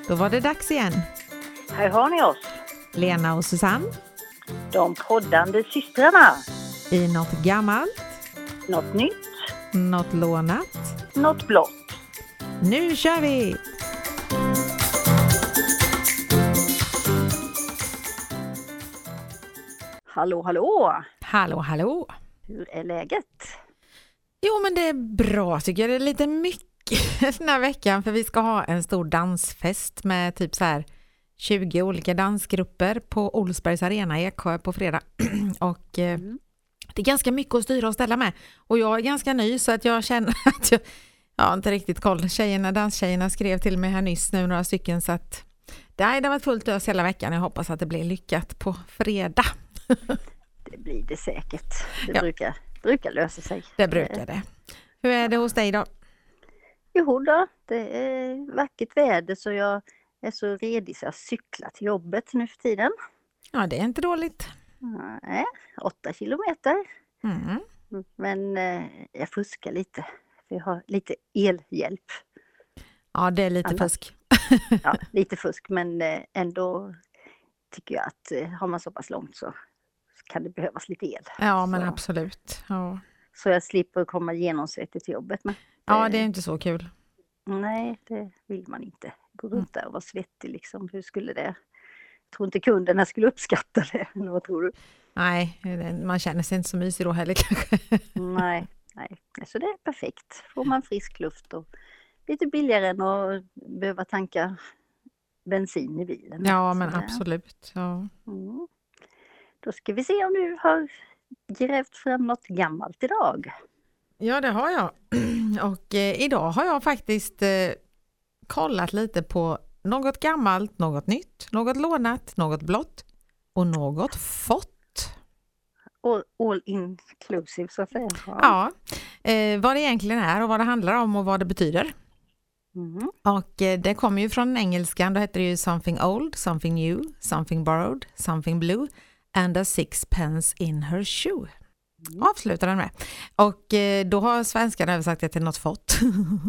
Då var det dags igen. Här har ni oss. Lena och Susanne. De poddande systrarna. I något gammalt. Något nytt. Något lånat. Något blått. Nu kör vi! Hallå, hallå. Hallå, hallå. Hur är läget? Jo, men det är bra tycker jag. Det är lite mycket den här veckan för vi ska ha en stor dansfest med typ så här 20 olika dansgrupper på Olsbergs arena i Eksjö på fredag. Och det är ganska mycket att styra och ställa med. Och jag är ganska ny så att jag känner att jag har inte riktigt koll. Danstjejerna skrev till mig här nyss nu några stycken så att det har varit fullt ös hela veckan. Jag hoppas att det blir lyckat på fredag. Det blir det säkert. Det brukar lösa sig. Det brukar det. Hur är det hos dig då? Jo då, det är vackert väder så jag är så redig så jag cyklar till jobbet nu för tiden. Ja, det är inte dåligt. Nej, 8 kilometer. Mm. Men jag fuskar lite. För jag har lite elhjälp. Ja, det är lite fusk. Ja, lite fusk. Men ändå tycker jag att har man så pass långt så kan det behövas lite el. Ja, men så. absolut. Ja. Så jag slipper komma genomsvettig till jobbet. Men Ja, det är inte så kul. Nej, det vill man inte. Gå runt där och vara svettig liksom. Hur skulle det? Jag tror inte kunderna skulle uppskatta det. Eller vad tror du? Nej, man känner sig inte så mysig då heller kanske. Nej. Så det är perfekt. Får man frisk luft och lite billigare än att behöva tanka bensin i bilen. Ja, så men där. absolut. Ja. Då ska vi se om du har grävt fram något gammalt idag. Ja, det har jag. Och idag har jag faktiskt kollat lite på något gammalt, något nytt, något lånat, något blått och något fått. All inclusive så att säga. Ja, vad det egentligen är och vad det handlar om och vad det betyder. Och det kommer ju från engelskan, då heter det ju something old, something new, something borrowed, something blue and a sixpence in her shoe. Avslutar den med. Och då har svenskan översatt det till något fått.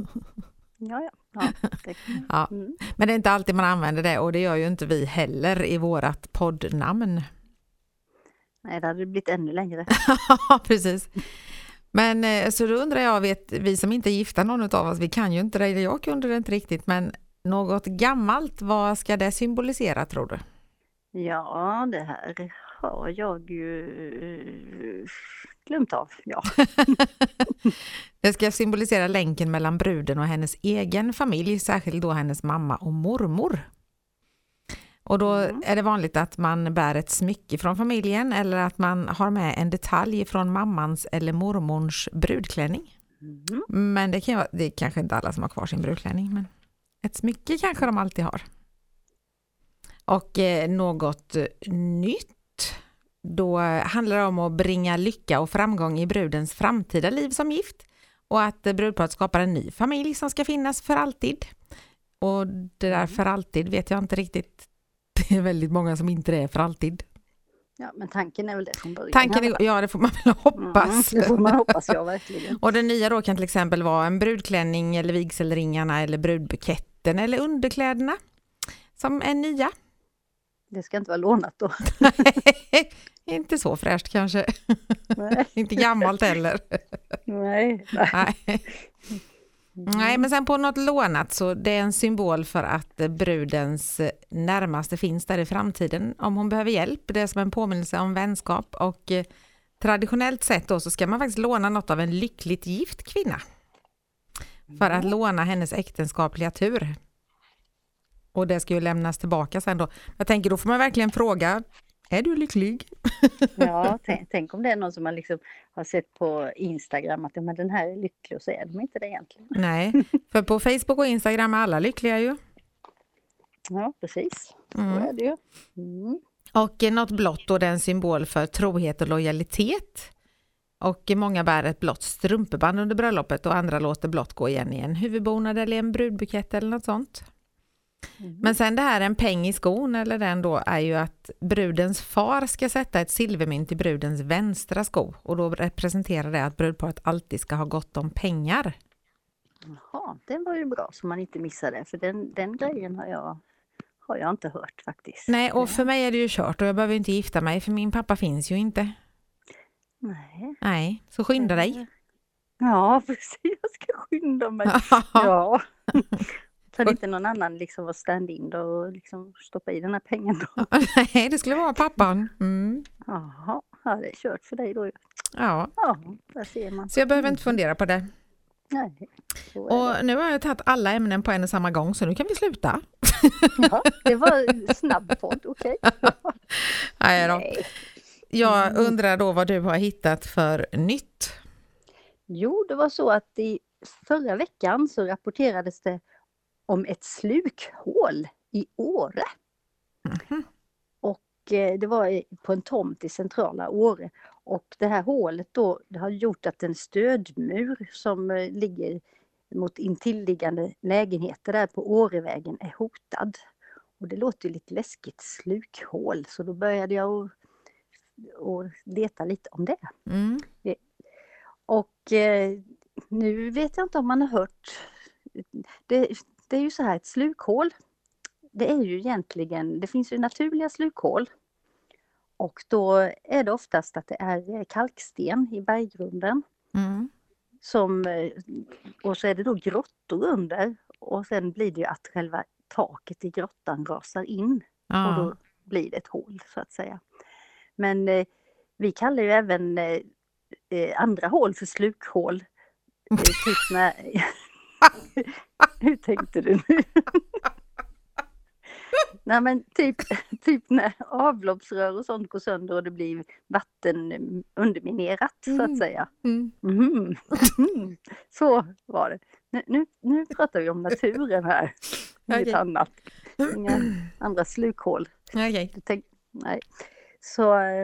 Ja. Ja. Men det är inte alltid man använder det och det gör ju inte vi heller i vårat poddnamn. Nej, det hade blivit ännu längre. Ja, precis. Men så då undrar jag, vi som inte är gifta någon av oss, vi kan ju inte det, jag kunde det inte riktigt, men något gammalt, vad ska det symbolisera tror du? Ja, det här har jag ju glömt av, ja. Det ska symbolisera länken mellan bruden och hennes egen familj, särskilt då hennes mamma och mormor. Och då är det vanligt att man bär ett smycke från familjen eller att man har med en detalj från mammans eller mormons brudklänning. Men det är kanske inte alla som har kvar sin brudklänning, men ett smycke kanske de alltid har. Och något nytt, då handlar det om att bringa lycka och framgång i brudens framtida liv som gift. Och att brudparet skapar en ny familj som ska finnas för alltid. Och det där för alltid vet jag inte riktigt. Det är väldigt många som inte är för alltid. Ja, men tanken är väl det från början. Ja, det får man väl hoppas. Det får man hoppas, ja, verkligen. Och det nya då kan till exempel vara en brudklänning eller vigselringarna eller brudbuketten eller underkläderna som är nya. Det ska inte vara lånat då. Nej, inte så fräscht kanske. Nej. Inte gammalt heller. Nej. Nej, men sen på något lånat så det är en symbol för att brudens närmaste finns där i framtiden om hon behöver hjälp. Det är som en påminnelse om vänskap och traditionellt sett då så ska man faktiskt låna något av en lyckligt gift kvinna för att låna hennes äktenskapliga tur. Och det ska ju lämnas tillbaka sen då. Jag tänker då får man verkligen fråga, är du lycklig? Ja, tänk om det är någon som man liksom har sett på Instagram att men den här är lycklig och så är de inte det egentligen. Nej, för på Facebook och Instagram är alla lyckliga ju. Ja, precis. Så är det ju. Och något blått då det är en symbol för trohet och lojalitet. Och många bär ett blått strumpeband under bröllopet och andra låter blått gå igen i en huvudbonad eller en brudbukett eller något sånt. Men sen det här en peng i skon eller den då är ju att brudens far ska sätta ett silvermynt i brudens vänstra sko och då representerar det att brudparet alltid ska ha gott om pengar. Jaha, det var ju bra så man inte missar det. För den grejen har jag inte hört faktiskt. Nej, och för mig är det ju kört och jag behöver inte gifta mig för min pappa finns ju inte. Nej. Nej, så skynda dig. Ja, precis. Jag ska skynda mig. Ja. Kan inte någon annan liksom vara stand-in då och liksom stoppa i den här pengen då? Nej, det skulle vara pappan. Mm. Jaha, ja, det är kört för dig då. Ja, Ja, där ser man. så jag behöver inte fundera på det. Nej, så är det. Och nu har jag tagit alla ämnen på en och samma gång så nu kan vi sluta. Ja, det var snabb podd, okej. Nej då. Nej. Jag undrar då vad du har hittat för nytt. Jo, det var så att i förra veckan så rapporterades det om ett slukhål i Åre. Mhm. Och det var på en tomt i centrala Åre. Och det här hålet då, det har gjort att en stödmur som ligger mot intilliggande lägenheter där på Årevägen är hotad. Och det låter ju lite läskigt, slukhål. Så då började jag och leta lite om det. Mm. Och nu vet jag inte om man har hört. Det är ju så här, ett slukhål. Det är ju egentligen, det finns ju naturliga slukhål. Och då är det oftast att det är kalksten i berggrunden. Mm. Och så är det då grottor under. Och sen blir det ju att själva taket i grottan rasar in. Ja. Och då blir det ett hål så att säga. Men vi kallar ju även andra hål för slukhål. Typ när... Hur tänkte du nu? Nej men typ när avloppsrör och sånt går sönder och det blir vatten underminerat så att säga. Mm. Mm. Så var det. Nu pratar vi om naturen här. Inget annat. Inga andra slukhål. Okej. Nej. Så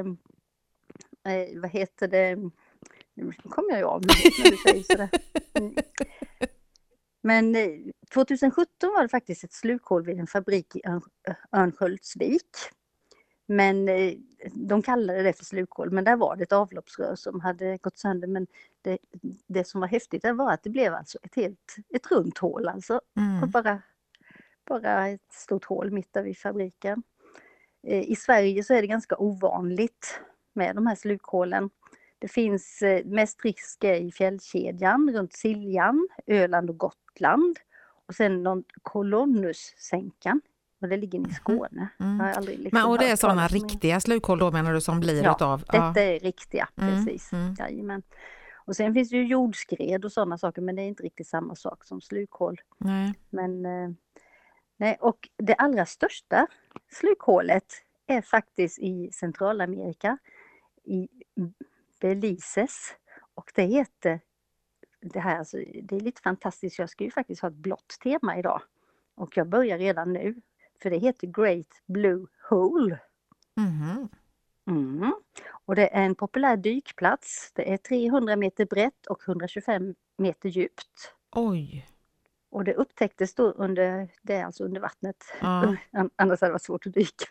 vad heter det? Nu kommer jag av när du säger sådär. Mm. Men 2017 var det faktiskt ett slukhål vid en fabrik i Örnsköldsvik. Men de kallade det för slukhål, men där var det ett avloppsrör som hade gått sönder. Men det som var häftigt var att det blev alltså ett runt hål alltså. Mm. Och bara ett stort hål mitt där vid fabriken. I Sverige så är det ganska ovanligt med de här slukhålen. Det finns mest risk i fjällkedjan runt Siljan, Öland och Gotland. Och sen någon Kolonnussänkan. Och det ligger i Skåne. Mm. Jag har aldrig liksom Men och det är hört sådana talas om riktiga slukhål då menar du som blir Ja, utav? detta är riktiga, precis. Mm. Jajamän. Och sen finns det ju jordskred och sådana saker, men det är inte riktigt samma sak som slukhål. Nej. Men nej, och det allra största slukhålet är faktiskt i Centralamerika, i Belize. Och det heter, det här alltså, det är lite fantastiskt, jag ska ju faktiskt ha ett blått tema idag. Och jag börjar redan nu, för det heter Great Blue Hole. Mhm. Mm. Och det är en populär dykplats. Det är 300 meter brett och 125 meter djupt. Oj. Och det upptäcktes då det är alltså under vattnet. Ja. Annars hade det varit svårt att dyka.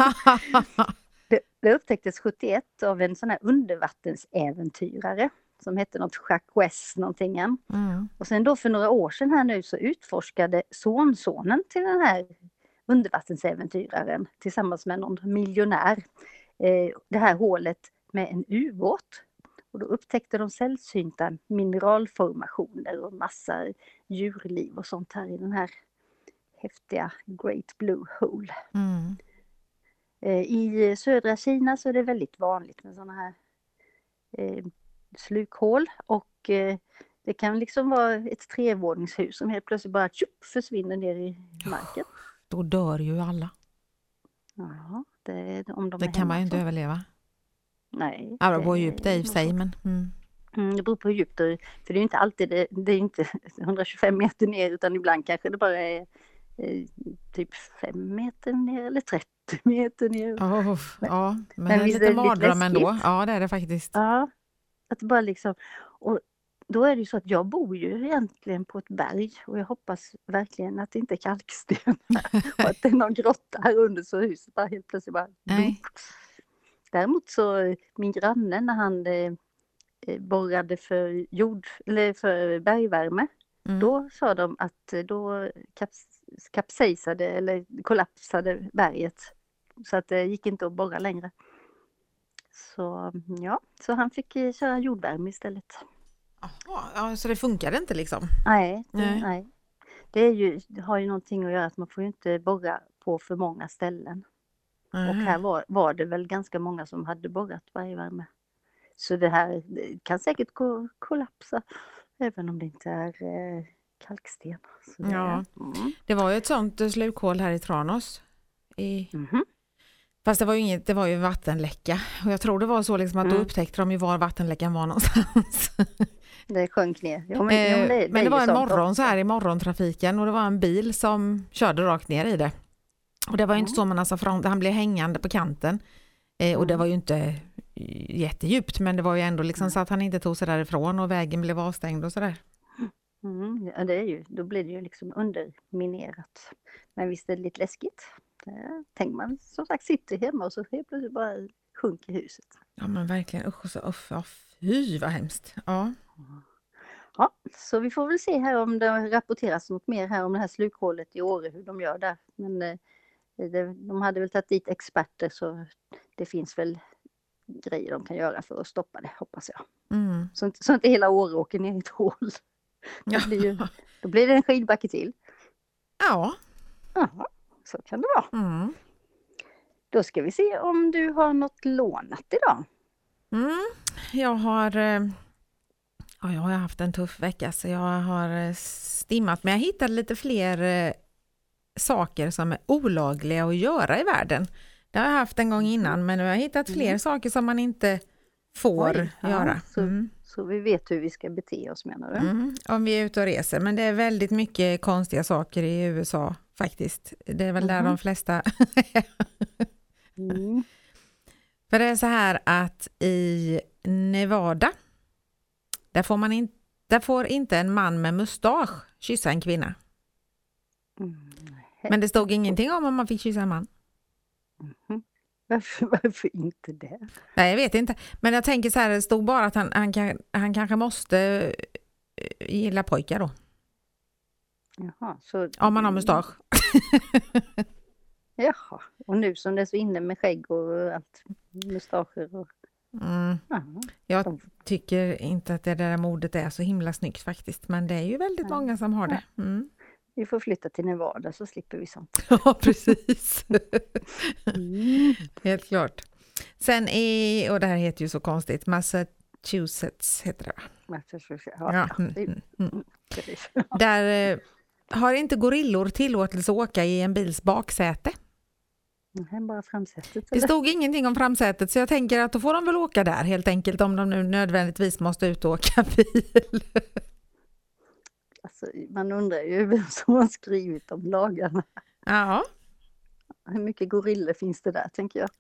Det upptäcktes 71 av en sån här undervattensäventyrare som hette något Jacques någonting. Mm. Och sen då för några år sedan här nu så utforskade sonsonen till den här undervattensäventyraren tillsammans med någon miljonär det här hålet med en ubåt. Och då upptäckte de sällsynta mineralformationer och massa djurliv och sånt här i den här häftiga Great Blue Hole. Mm. I södra Kina så är det väldigt vanligt med sådana här slukhål och det kan liksom vara ett trevåningshus som helt plötsligt bara försvinner ner i marken. Då dör ju alla. Ja, om de Det är kan man ju hemma inte så. överleva. Nej. Ja, det beror djupt det i och för sig, men... Det beror på hur djupt det är. För det är inte alltid, det är inte 125 meter ner utan ibland kanske det bara är typ 5 meter ner eller 30 meter ner. Ja, men men det är visst lite är det mardröm lite ändå. läskigt? Ja, det är det faktiskt. Ja, att det bara liksom, och då är det ju så att jag bor ju egentligen på ett berg och jag hoppas verkligen att det inte är kalksten och att det är någon grotta här under så huset bara helt plötsligt bara... Nej. Däremot så min granne när han borrade för bergvärme Då sa de att då kapsejsade eller kollapsade berget. Så att det gick inte att borra längre. Så ja, så han fick köra jordvärme istället. Jaha, ja, så det funkade inte liksom? Nej. Det har ju någonting att göra att man får ju inte borra på för många ställen. Och här var det väl ganska många som hade borrat bergvärme. Så det kan säkert kollapsa även om det inte är kalksten. Så det var ju ett sånt slukhål här i Tranås. Fast det var ju vattenläcka. Och jag tror det var så liksom att då upptäckte de ju var vattenläckan var någonstans. Det sjönk ner. Men det var en morgon så här i morgontrafiken och det var en bil som körde rakt ner i det. Och det var ju inte så, men alltså han blev hängande på kanten. Och det var ju inte jättedjupt, men det var ju ändå liksom så att han inte tog sig därifrån och vägen blev avstängd och sådär. Ja, då blir det ju liksom underminerat. Men visst är det lite läskigt. Tänk man som sagt sitter hemma och så helt plötsligt bara sjunker huset. Ja men verkligen, fy vad hemskt. Ja, så vi får väl se här om det rapporteras något mer här om det här slukhålet i Åre, hur de gör där. Men de hade väl tagit dit experter så det finns väl grejer de kan göra för att stoppa det, hoppas jag. Så inte hela Åre åker ner i ett hål. Då blir det en skidbacke till. Ja. Aha, så kan det vara. Då ska vi se om du har något lånat idag. Jag har haft en tuff vecka så jag har stimmat, men jag hittade lite fler saker som är olagliga att göra i världen. Det har jag haft en gång innan, men nu har jag hittat fler saker som man inte får göra. Så vi vet hur vi ska bete oss, menar du? Om vi är ute och reser, men det är väldigt mycket konstiga saker i USA faktiskt. Det är väl där de flesta För det är så här att i Nevada där får inte en man med mustasch kyssa en kvinna. Men det stod ingenting om man fick kyssa en man. Varför inte det? Nej, jag vet inte. Men jag tänker så här, det stod bara att han kanske måste gilla pojkar då. Jaha, så... Om man har mustasch. Jaha, och nu som det är så inne med skägg och allt, mustascher och... Jag tycker inte att det där modet är så himla snyggt faktiskt, men det är ju väldigt många som har det. Vi får flytta till Nevada så slipper vi sånt. Ja, precis. Helt klart. Sen och det här heter ju så konstigt, Massachusetts heter det va? Där har inte gorillor tillåtelse att åka i en bils baksäte. Bara framsätet. Det stod ingenting om framsätet, så jag tänker att då får de väl åka där helt enkelt om de nu nödvändigtvis måste ut och åka bil. Alltså, man undrar ju vem som har skrivit om lagarna. Ja. Hur mycket gorillor finns det där, tänker jag.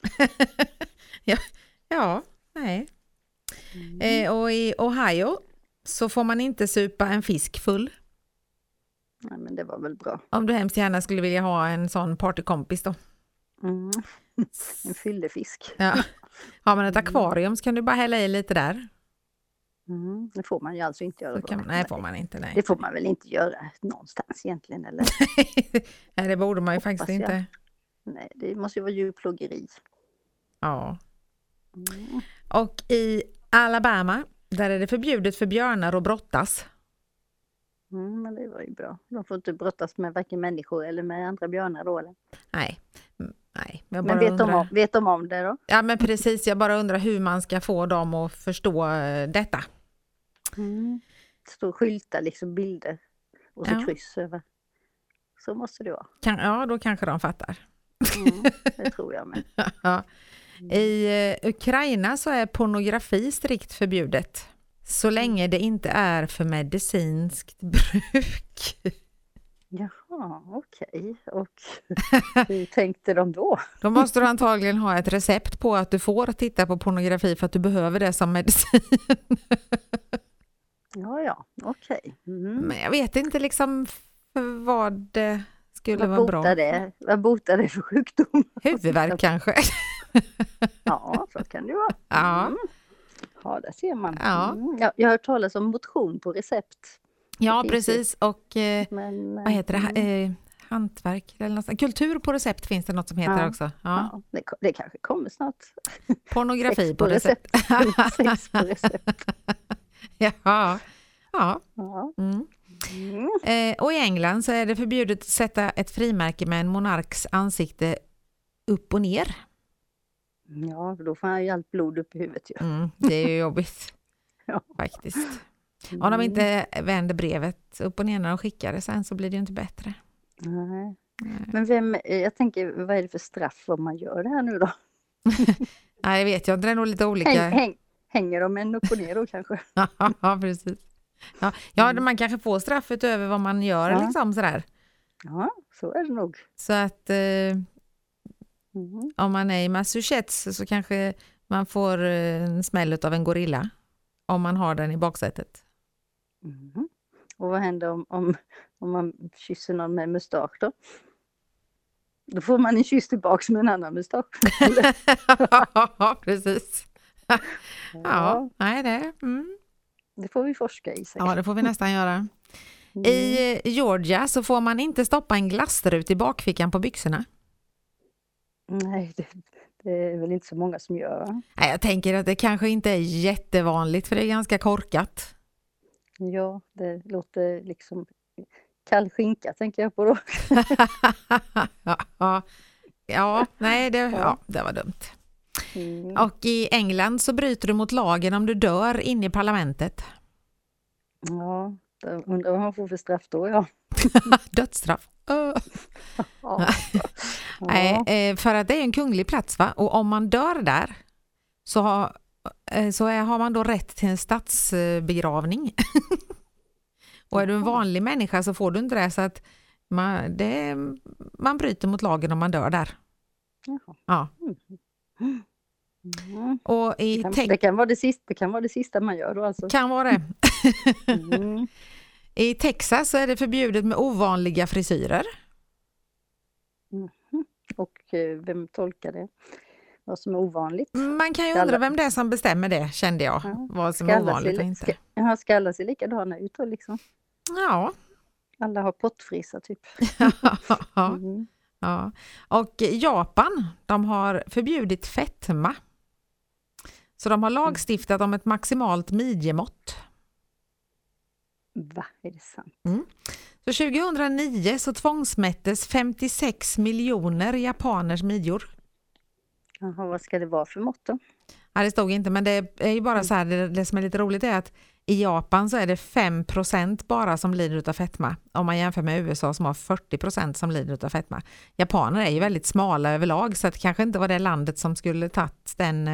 Nej. Och i Ohio så får man inte supa en fisk full. Nej, men det var väl bra. Om du hemskt gärna skulle vilja ha en sån partykompis då. En fyllefisk. Ja. Har man ett akvarium så kan du bara hälla i lite där. Det får man ju alltså inte göra. Nej, får man inte. Nej. Det får man väl inte göra någonstans egentligen, eller? Nej, det borde man ju faktiskt inte. Nej, det måste ju vara djurplågeri. Ja. Och i Alabama, där är det förbjudet för björnar att brottas. Men det var ju bra. De får inte brottas med varken människor eller med andra björnar då, eller? Nej. Men vet de om det då? Ja, men precis. Jag bara undrar hur man ska få dem att förstå detta. Stå skyltar, liksom bilder och så kryss över. Så måste det vara. Ja, då kanske de fattar. Det tror jag med. Ja. I Ukraina så är pornografi strikt förbjudet. Så länge det inte är för medicinskt bruk. Jaha, okej. Och hur tänkte de då? Då måste du antagligen ha ett recept på att du får titta på pornografi för att du behöver det som medicin. Ja, okej. Men jag vet inte liksom vad det skulle vara bra. Vad botar det för sjukdom? Huvudvärk kanske. Ja, så kan det vara. Ja. Ja, där ser man. Ja. Jag har hört talas om motion på recept. Ja, finns precis. Och Men, vad heter det? Hantverk eller något. Kultur på recept finns det något som heter också. Ja. ja, det kanske kommer snart. Pornografi Sex på recept. Sex på recept. Ja. Ja. Ja. Mm. Mm. Och i England så är det förbjudet att sätta ett frimärke med en monarks ansikte upp och ner. Ja, då får han ju allt blod upp i huvudet ju. Det är ju jobbigt. Ja. Faktiskt. Om de inte vänder brevet upp och ner när de skickar det sen så blir det ju inte bättre. Nej. Men jag tänker, vad är det för straff om man gör det här nu då? Nej, det vet jag inte. Det är nog lite olika. Hänger de en upp och ner då kanske? Ja, precis. Ja, man kanske får straffet över vad man gör liksom sådär. Ja, så är det nog. Så att om man är i Massachusetts så kanske man får en smäll av en gorilla om man har den i baksätet. Mm. Och vad händer om man kysser någon med mustasch då? Då får man en kyss tillbaka med en annan mustasch. Ja, precis. Ja, nej det. Det får vi forska i sig. Ja, det får vi nästan göra. I Georgia så får man inte stoppa en glassrut i bakfickan på byxorna. Nej, det är väl inte så många som gör. Nej, jag tänker att det kanske inte är jättevanligt för det är ganska korkat. Ja, det låter liksom kall skinka tänker jag på då. Det var dumt. Och i England så bryter du mot lagen om du dör inne i parlamentet. Ja, undrar vad man får för straff då, ja. Dödsstraff. Ja. Nej, för att det är en kunglig plats va? Och om man dör där så har man då rätt till en statsbegravning. Och är du en vanlig människa så får du inte det så att man bryter mot lagen om man dör där. Ja. Och det kan vara det sista man gör då alltså. Kan vara det. I Texas så är det förbjudet med ovanliga frisyrer. Och vem tolkar det? Vad som är ovanligt? Man kan ju undra vem det är som bestämmer det, kände jag. Vad som är ovanligt och inte. Ska alla se likadana ut då liksom? Ja. Alla har pottfrissa typ. Ja. Och Japan, de har förbjudit fetma. Så de har lagstiftat om ett maximalt midjemått. Va, är det sant? Så 2009 så tvångsmättes 56 miljoner japaners midjor. Jaha, vad ska det vara för mått då? Ja, det stod inte, men det är ju bara så här, det som är lite roligt är att i Japan så är det 5% bara som lider av fetma. Om man jämför med USA som har 40% som lider av fetma. Japaner är ju väldigt smala överlag så att det kanske inte var det landet som skulle tagit den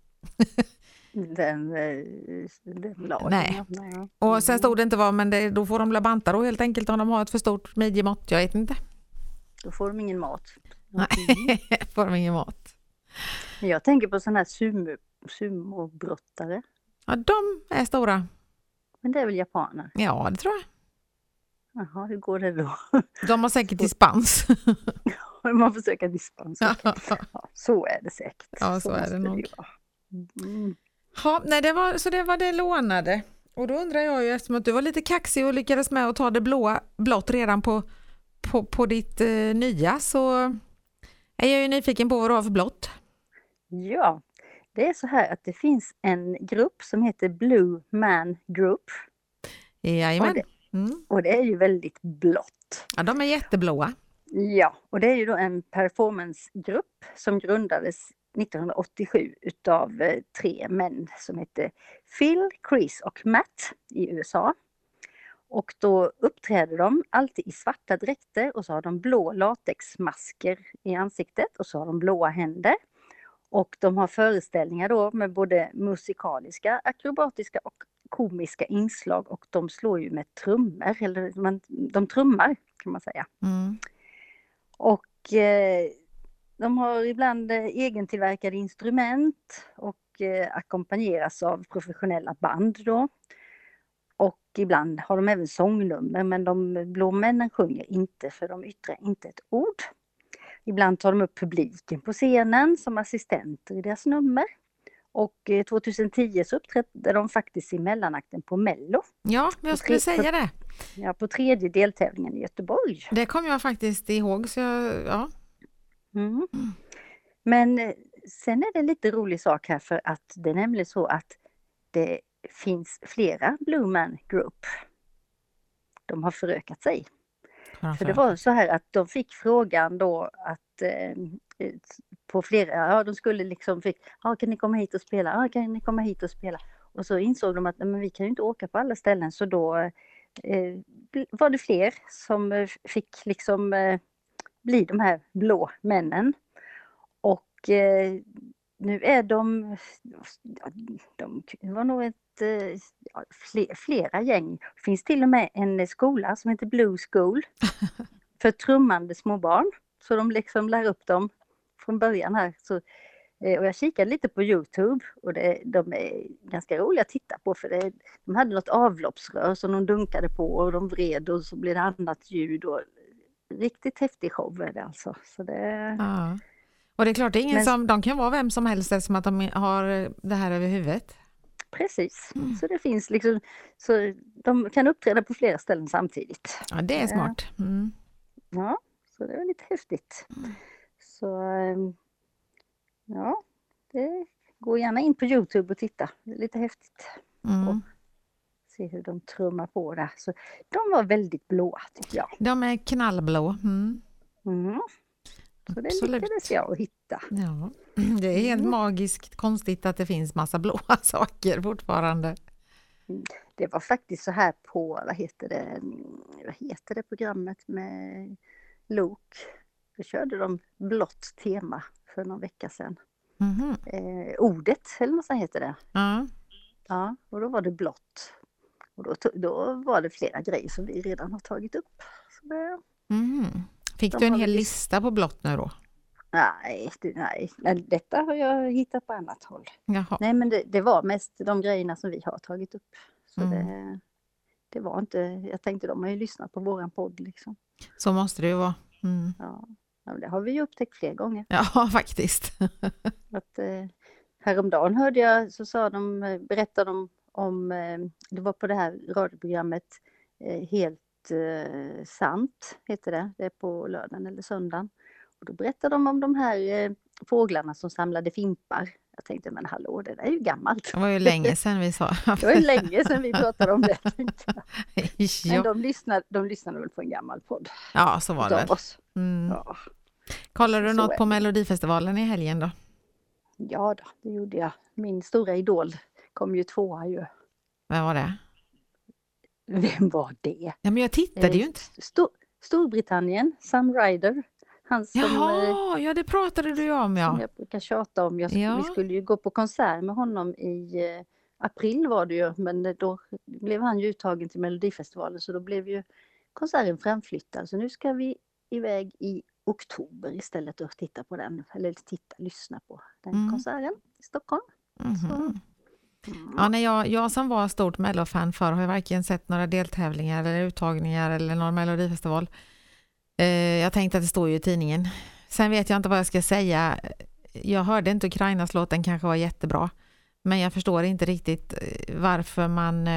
lagen. Nej. Och sen stod det inte vad, men då får de banta då helt enkelt om de har ett för stort midjemått. Jag vet inte. Då får de ingen mat. Nej, får de ingen mat. Jag tänker på sådana här sumobrottare. Ja, de är stora. Men det är väl japaner? Ja, det tror jag. Jaha, hur går det då? De har säkert dispens. Man får söka dispens. Okay. Ja, så är det säkert. Ja, så är det nog. Mm. Ja, nej, det var det lånade. Och då undrar jag ju, eftersom att du var lite kaxig och lyckades med att ta det blått redan på ditt nya, så är jag ju nyfiken på vad du har för blått. Ja, det är så här att det finns en grupp som heter Blue Man Group. Jajamän. Och det är ju väldigt blått. Ja, de är jätteblåa. Ja, och det är ju då en performancegrupp som grundades 1987 utav 3 män som heter Phil, Chris och Matt i USA. Och då uppträder de alltid i svarta dräkter och så har de blå latexmasker i ansiktet och så har de blåa händer. Och de har föreställningar då med både musikaliska, akrobatiska och komiska inslag och de slår ju med trummor, eller de trummar kan man säga. Och de har ibland egentillverkade instrument och ackompanjeras av professionella band då. Och ibland har de även sångnummer, men de blå männen sjunger inte för de yttrar inte ett ord. Ibland tar de upp publiken på scenen som assistenter i deras nummer. Och 2010 så uppträdde de faktiskt i mellanakten på Mello. Ja, jag skulle säga det. Ja, på 3:e deltävlingen i Göteborg. Det kommer jag faktiskt ihåg. Så ja. Mm. Men sen är det en lite rolig sak här, för att det är nämligen så att det finns flera Blue Man Group. De har förökat sig. För det var så här att de fick frågan då att på flera, de skulle liksom kan ni komma hit och spela? Kan ni komma hit och spela? Och så insåg de att men vi kan ju inte åka på alla ställen, så då var det fler som fick liksom bli de här blå männen. Och nu är de var nog flera gäng. Det finns till och med en skola som heter Blue School för trummande små barn. Så de liksom lär upp dem från början här. Så, och jag kikade lite på YouTube och de är ganska roliga att titta på, för de hade något avloppsrör som de dunkade på och de vred och så blev det annat ljud. Och riktigt häftig show är det alltså. Så det... Ja. Och det är klart, det är ingen de kan vara vem som helst eftersom att de har det här över huvudet. Precis, så det finns liksom, så de kan uppträda på flera ställen samtidigt. Ja, det är smart. Mm. Ja, så det är lite häftigt. Så ja, det går gärna in på YouTube och titta. Det är lite häftigt. Och se hur de trummar på det. Så de var väldigt blåa tycker jag. De är knallblå. Så det lyckades jag hitta. Ja, det är helt magiskt konstigt att det finns massa blåa saker fortfarande. Det var faktiskt så här på, vad heter det programmet med Luke? Då körde de blått tema för någon vecka sedan. Ordet, eller något så heter det. Ja, och då var det blått. Och då var det flera grejer som vi redan har tagit upp. Så det, Fick du en hel lista på blått nu då? Nej, detta har jag hittat på annat håll. Jaha. Nej, men det var mest de grejerna som vi har tagit upp. Så det var inte, jag tänkte de har ju lyssnat på våran podd liksom. Så måste det ju vara. Ja, det har vi ju upptäckt fler gånger. Ja, faktiskt. Att, häromdagen hörde jag, så berättade de om, det var på det här radioprogrammet Helt sant heter det. Det är på lördagen eller söndagen. Och då berättade de om de här fåglarna som samlade fimpar. Jag tänkte, men hallå, det där är ju gammalt. Det var ju länge sedan vi sa. Det var ju länge sedan vi pratade om det. Ja. Men de lyssnade väl på en gammal podd. Ja, så var det väl. Ja. Kollar du något på Melodifestivalen i helgen då? Ja då, det gjorde jag. Min stora idol kom ju 2:a ju. Vem var det? Vem var det? Ja, men jag tittade ju inte. Storbritannien, Sam Ryder. Han som, ja, det pratade du om, ja. Som jag brukar tjata om. Vi skulle ju gå på konsert med honom i april var det ju. Men då blev han ju uttagen till Melodifestivalen, så då blev ju konserten framflyttad. Så nu ska vi iväg i oktober istället och titta på den. Eller lyssna på den konserten i Stockholm. Ja, jag som var stort Mello-fan förr har ju varken sett några deltävlingar eller uttagningar eller någon Melodifestival. Jag tänkte att det står ju i tidningen. Sen vet jag inte vad jag ska säga. Jag hörde inte Ukrainas låt, den kanske var jättebra. Men jag förstår inte riktigt varför man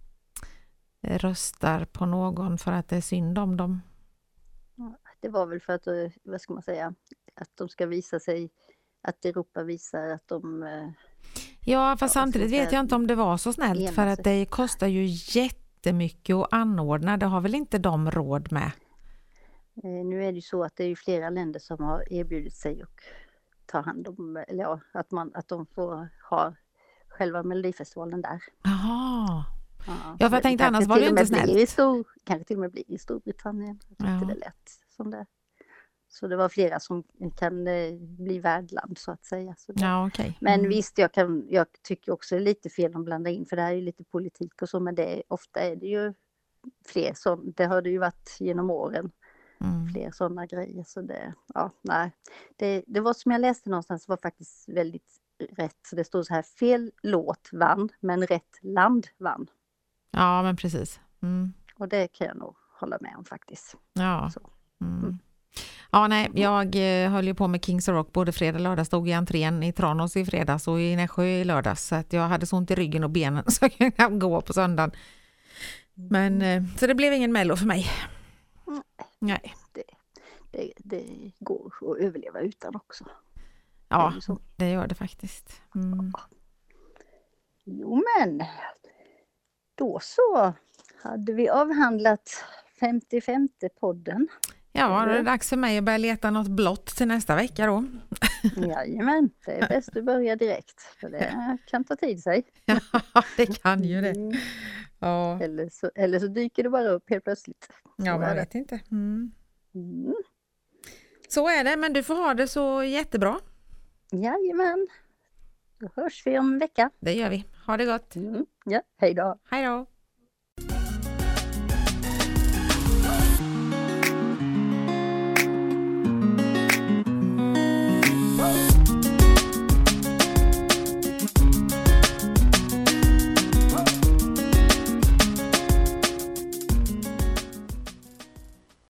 röstar på någon för att det är synd om dem. Det var väl för att, vad ska man säga, att de ska visa sig, att Europa visar att de... Ja, fast samtidigt vet jag inte om det var så snällt, för att det kostar ju jättemycket att anordna. Det har väl inte de råd med? Nu är det ju så att det är ju flera länder som har erbjudit sig att ta hand om, eller ja, att de får ha själva Melodifestivalen där. Jaha. Ja, för jag tänkte annars var det ju inte snällt. Kanske till och med blir i Storbritannien. Jag tyckte det lät som det. Så det var flera som kan bli värdland så att säga. Så ja, okay. Men visst, jag tycker också det är lite fel att blanda in, för det här är ju lite politik och så, men ofta är det ju fler som, det har det ju varit genom åren. Fler sådana grejer. Så det var som jag läste någonstans, var faktiskt väldigt rätt. Så det står så här, fel låt vann, men rätt land vann. Ja, men precis. Och det kan jag nog hålla med om faktiskt. Ja. Ja, nej, jag höll ju på med Kings of Rock både fredag och lördag, stod i entrén i Tranås i fredags och i Nässjö i lördags, så att jag hade så ont i ryggen och benen så jag kunde knappt gå på söndagen. Men så det blev ingen mello för mig. Nej. Det går att överleva utan också. Ja, det gör det faktiskt. Jo, men då så hade vi avhandlat 55:e podden. Ja, då är det dags för mig att börja leta något blått till nästa vecka då. Jajamän, det är bäst att börja direkt, för det kan ta tid sig. Ja, det kan ju det. Ja. Eller så dyker det bara upp helt plötsligt. Ja, man vet inte. Så är det, men du får ha det så jättebra. Jajamän, då hörs vi om en vecka. Det gör vi. Ha det gott. Ja, hej då. Hej då.